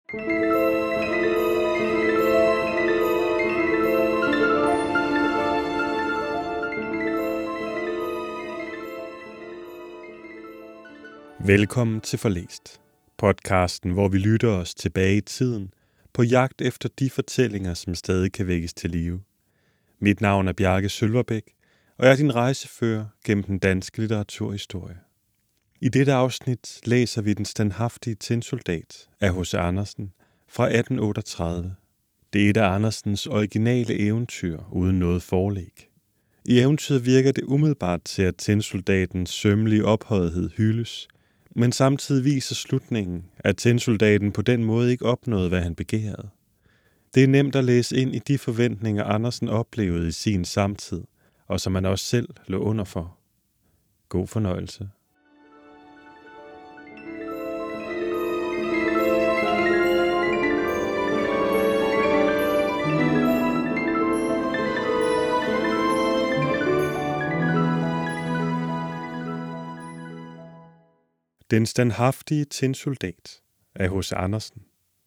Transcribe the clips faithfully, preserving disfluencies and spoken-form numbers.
Velkommen til Forlæst, podcasten, hvor vi lytter os tilbage i tiden på jagt efter de fortællinger, som stadig kan vækkes til live. Mit navn er Bjarke Sølverbæk, og jeg er din rejsefører gennem den danske litteraturhistorie. I dette afsnit læser vi Den standhaftige tinsoldat af H C Andersen fra atten otteogtredive. Det er et af Andersens originale eventyr uden noget forlæg. I eventyret virker det umiddelbart til, at tinsoldatens sømmelige ophøjethed hyldes, men samtidig viser slutningen, at tinsoldaten på den måde ikke opnåede, hvad han begærede. Det er nemt at læse ind i de forventninger, Andersen oplevede i sin samtid, og som han også selv lå under for. God fornøjelse. Den standhaftige tinsoldat af H C Andersen.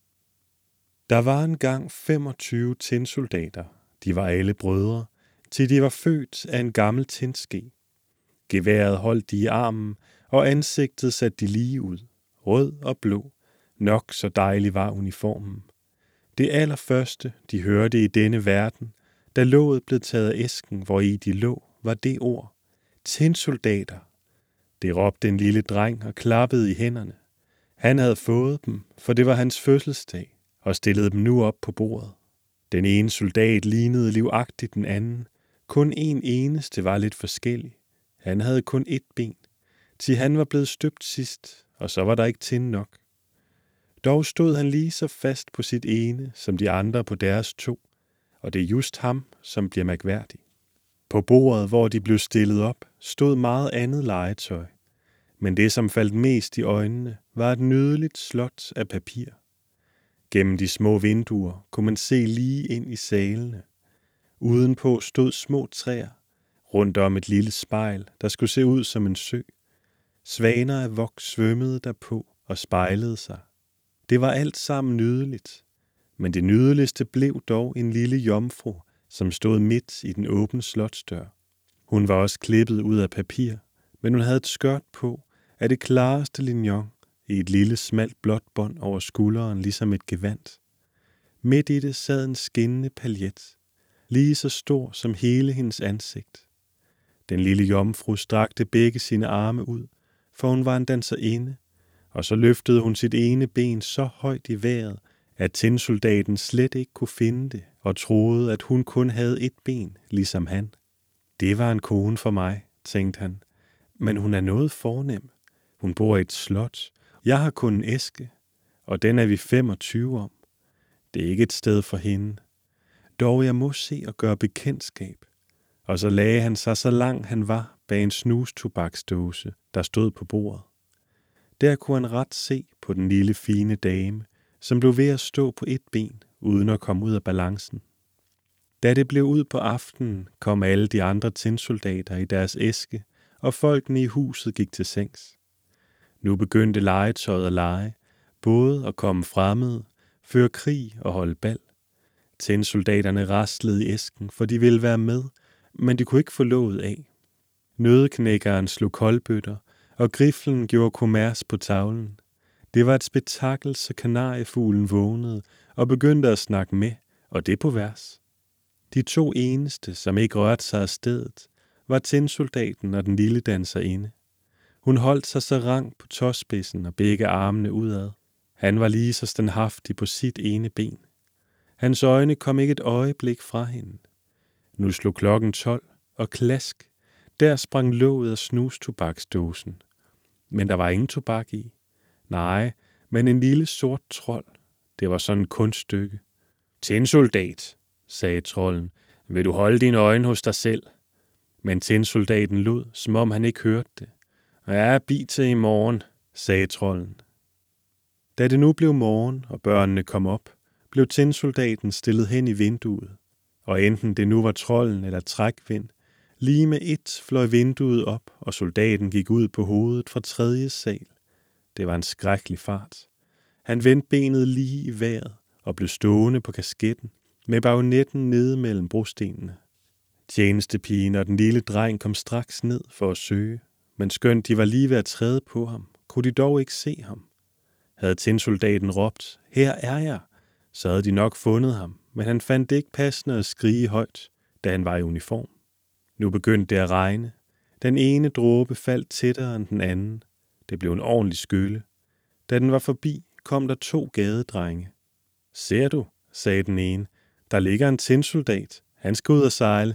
Der var engang femogtyve tinsoldater. De var alle brødre, til de var født af en gammel tindske. Geværet holdt de i armen, og ansigtet satte de lige ud, rød og blå. Nok så dejlig var uniformen. Det allerførste, de hørte i denne verden, da låget blev taget af æsken, hvori de lå, var det ord: tinsoldater. Det råbte en lille dreng og klappede i hænderne. Han havde fået dem, for det var hans fødselsdag, og stillede dem nu op på bordet. Den ene soldat lignede livagtigt den anden. Kun en eneste var lidt forskellig. Han havde kun et ben, til han var blevet støbt sidst, og så var der ikke tind nok. Dog stod han lige så fast på sit ene, som de andre på deres to, og det er just ham, som bliver mærkværdig. På bordet, hvor de blev stillet op, stod meget andet legetøj, men det, som faldt mest i øjnene, var et nydeligt slot af papir. Gennem de små vinduer kunne man se lige ind i salene. Udenpå stod små træer, rundt om et lille spejl, der skulle se ud som en sø. Svaner af voks svømmede derpå og spejlede sig. Det var alt sammen nydeligt, men det nydeligste blev dog en lille jomfru, som stod midt i den åbne slotsdør. Hun var også klippet ud af papir, men hun havde et skørt på af det klareste lignon i et lille smalt blåt bånd over skulderen, ligesom et gevand. Midt i det sad en skinnende paljet, lige så stor som hele hendes ansigt. Den lille jomfru strakte begge sine arme ud, for hun var en danserinde, og så løftede hun sit ene ben så højt i vejret, at tinsoldaten slet ikke kunne finde det, og troede, at hun kun havde et ben, ligesom han. Det var en kone for mig, tænkte han, men hun er noget fornem. Hun bor i et slot. Jeg har kun en æske, og den er vi femogtyve om. Det er ikke et sted for hende. Dog jeg må se og gøre bekendtskab. Og så lagde han sig så langt han var bag en snustobaksdåse, der stod på bordet. Der kunne han ret se på den lille fine dame, som blev ved at stå på et ben, uden at komme ud af balancen. Da det blev ud på aftenen, kom alle de andre tinsoldater i deres æske, og folkene i huset gik til sengs. Nu begyndte legetøjet at lege, både at komme fremmede, føre krig og holde bal. Tinsoldaterne raslede i æsken, for de ville være med, men de kunne ikke få låget af. Nøddeknækkeren slog koldbøtter, og griflen gjorde kommers på tavlen. Det var et spektakel, så kanariefuglen vågnede og begyndte at snakke med, og det på vers. De to eneste, som ikke rørte sig af stedet, var tinsoldaten og den lille danserinde. Hun holdt sig så rank på tåspidsen og begge armene udad. Han var lige så standhaftig på sit ene ben. Hans øjne kom ikke et øjeblik fra hende. Nu slog klokken tolv, og klask, der sprang låget af snustobaksdåsen. Men der var ingen tobak i. Nej, men en lille sort trold. Det var sådan et kunststykke. Tinsoldat, sagde trolden, vil du holde dine øjne hos dig selv? Men tinsoldaten lod, som om han ikke hørte det. Ja, bi til i morgen, sagde trolden. Da det nu blev morgen, og børnene kom op, blev tinsoldaten stillet hen i vinduet, og enten det nu var trolden eller trækvind, lige med et fløj vinduet op, og soldaten gik ud på hovedet fra tredje sal. Det var en skrækkelig fart. Han vendte benet lige i vejret og blev stående på kasketten med bajonetten nede mellem brostenene. Tjenestepigen og den lille dreng kom straks ned for at søge, men skønt de var lige ved at træde på ham, kunne de dog ikke se ham. Havde tinsoldaten råbt, her er jeg, så havde de nok fundet ham, men han fandt det ikke passende at skrige højt, da han var i uniform. Nu begyndte det at regne. Den ene dråbe faldt tættere end den anden. Det blev en ordentlig skylle. Da den var forbi, kom der to gadedrenge. Ser du, sagde den ene, der ligger en tinsoldat. Han skal ud og sejle.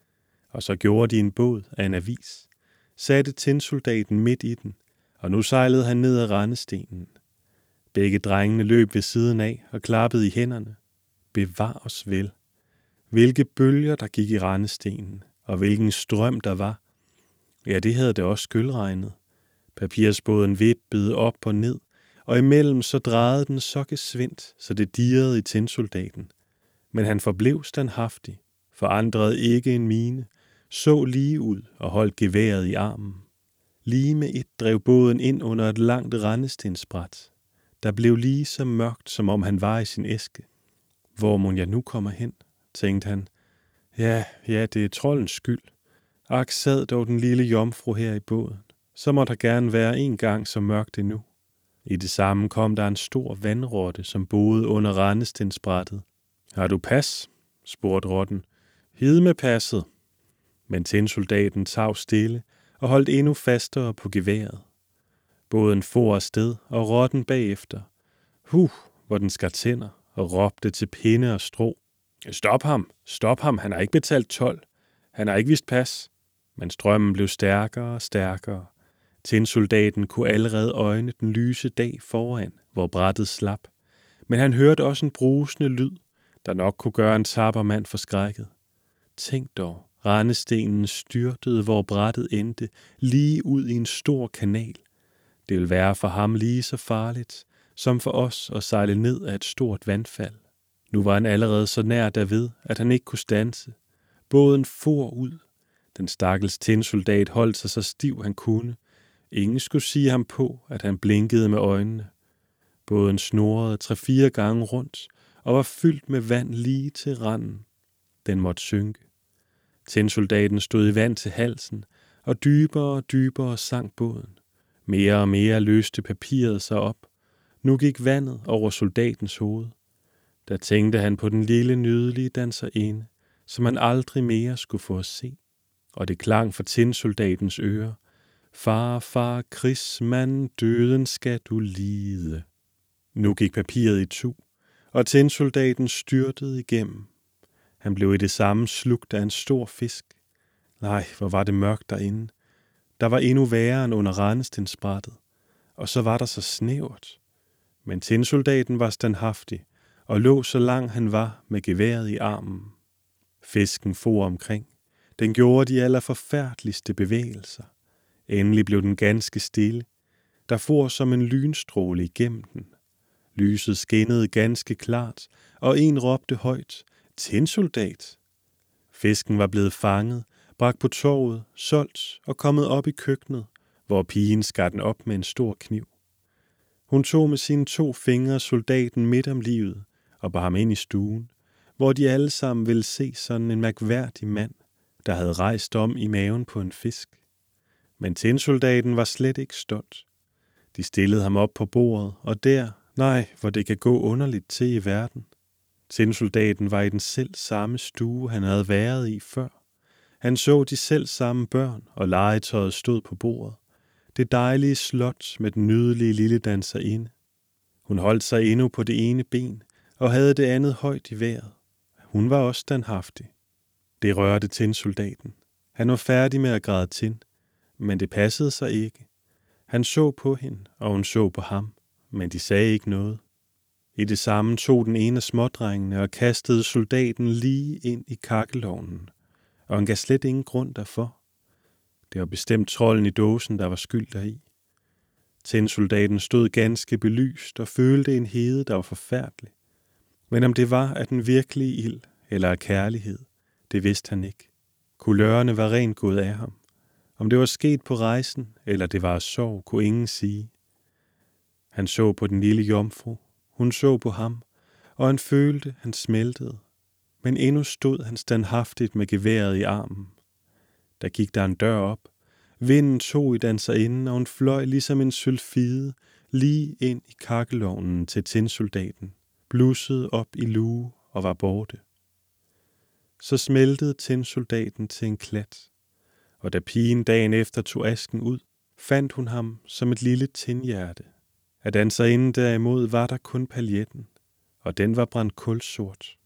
Og så gjorde de en båd af en avis, satte tinsoldaten midt i den, og nu sejlede han ned ad rendestenen. Begge drengene løb ved siden af og klappede i hænderne. Bevar os vel. Hvilke bølger, der gik i rendestenen, og hvilken strøm der var. Ja, det havde det også skyldregnet. Papirsbåden vippede op og ned, og imellem så drejede den så gesvindt, så det dirrede i tinsoldaten. Men han forblev standhaftig, forandrede ikke en mine, så lige ud og holdt geværet i armen. Lige med et drev båden ind under et langt rendestensbræt. Der blev lige så mørkt, som om han var i sin æske. Hvor må jeg nu komme hen, tænkte han. Ja, ja, det er troldens skyld. Ak, sad dog den lille jomfru her i båden. Så må der gerne være en gang så mørkt endnu. I det samme kom der en stor vandrotte, som boede under rendestensbrættet. Har du pas? Spurgte rotten. Hid med passet. Men tinsoldaten tav stille og holdt endnu fastere på geværet. Båden for afsted, og rotten bagefter. Huh, hvor den skar tænder, og råbte til pinde og strå. Stop ham, stop ham, han har ikke betalt told. Han har ikke vist pas. Men strømmen blev stærkere og stærkere. Tinsoldaten kunne allerede øjne den lyse dag foran, hvor brættet slap. Men han hørte også en brusende lyd, der nok kunne gøre en tapper mand forskrækket. Tænk dog, rendestenen styrtede, hvor brættet endte, lige ud i en stor kanal. Det ville være for ham lige så farligt, som for os at sejle ned af et stort vandfald. Nu var han allerede så nær derved, at han ikke kunne standse. Båden for ud. Den stakkels tinsoldat holdt sig så stiv han kunne. Ingen skulle sige ham på, at han blinkede med øjnene. Båden snurrede tre-fire gange rundt og var fyldt med vand lige til randen. Den måtte synke. Tinsoldaten stod i vand til halsen, og dybere og dybere sank båden. Mere og mere løste papiret sig op. Nu gik vandet over soldatens hoved. Der tænkte han på den lille nydelige danserinde, som han aldrig mere skulle få at se. Og det klang for tinsoldatens ører. Far, far, krigsmand, døden skal du lide. Nu gik papiret i tu, og tinsoldaten styrtede igennem. Han blev i det samme slugt af en stor fisk. Nej, hvor var det mørkt derinde. Der var endnu værre end under rendestensbrættet, og så var der så snævert. Men tinsoldaten var standhaftig, og lå så langt han var med geværet i armen. Fisken for omkring. Den gjorde de allerforfærdeligste bevægelser. Endelig blev den ganske stille. Der for som en lynstråle igennem den. Lyset skinnede ganske klart, og en råbte højt, tinsoldat. Fisken var blevet fanget, bragt på torvet, solgt og kommet op i køkkenet, hvor pigen skar den op med en stor kniv. Hun tog med sine to fingre soldaten midt om livet og bar ham ind i stuen, hvor de alle sammen ville se sådan en mærkværdig mand, der havde rejst om i maven på en fisk. Men tinsoldaten var slet ikke stolt. De stillede ham op på bordet, og der, nej, hvor det kan gå underligt til i verden. Tinsoldaten var i den selv samme stue, han havde været i før. Han så de selv samme børn, og legetøjet stod på bordet. Det dejlige slot med den nydelige lille danserinde. Hun holdt sig endnu på det ene ben, og havde det andet højt i vejret. Hun var også standhaftig. Det rørte tinsoldaten. Han var færdig med at græde tind, men det passede sig ikke. Han så på hende, og hun så på ham, men de sagde ikke noget. I det samme tog den ene af smådrengene og kastede soldaten lige ind i kakkelovnen, og han gav slet ingen grund derfor. Det var bestemt trolden i dåsen, der var skyld deri. Tinsoldaten stod ganske belyst og følte en hede, der var forfærdelig. Men om det var af den virkelige ild eller af kærlighed, det vidste han ikke. Kulørerne var rent gået af ham. Om det var sket på rejsen, eller det var af sorg, kunne ingen sige. Han så på den lille jomfru, Hun så på ham, og han følte, han smeltede. Men endnu stod han standhaftigt med geværet i armen. Der gik der en dør op. Vinden tog i danserinden, og hun fløj ligesom en sylfide lige ind i kakkelovnen til tinsoldaten, blussede op i luge og var borte. Så smeltede tinsoldaten til en klat, og da pigen dagen efter tog asken ud, fandt hun ham som et lille tinhjerte. Af danserinden derimod var der kun paljetten, og den var brændt kulsort.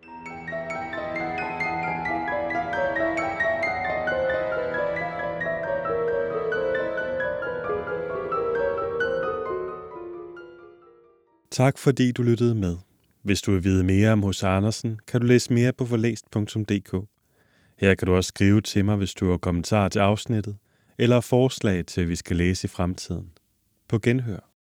Tak fordi du lyttede med. Hvis du vil vide mere om H C. Andersen, kan du læse mere på forlæst punktum d k. Her kan du også skrive til mig, hvis du har kommentarer til afsnittet, eller forslag til, at vi skal læse i fremtiden. På genhør.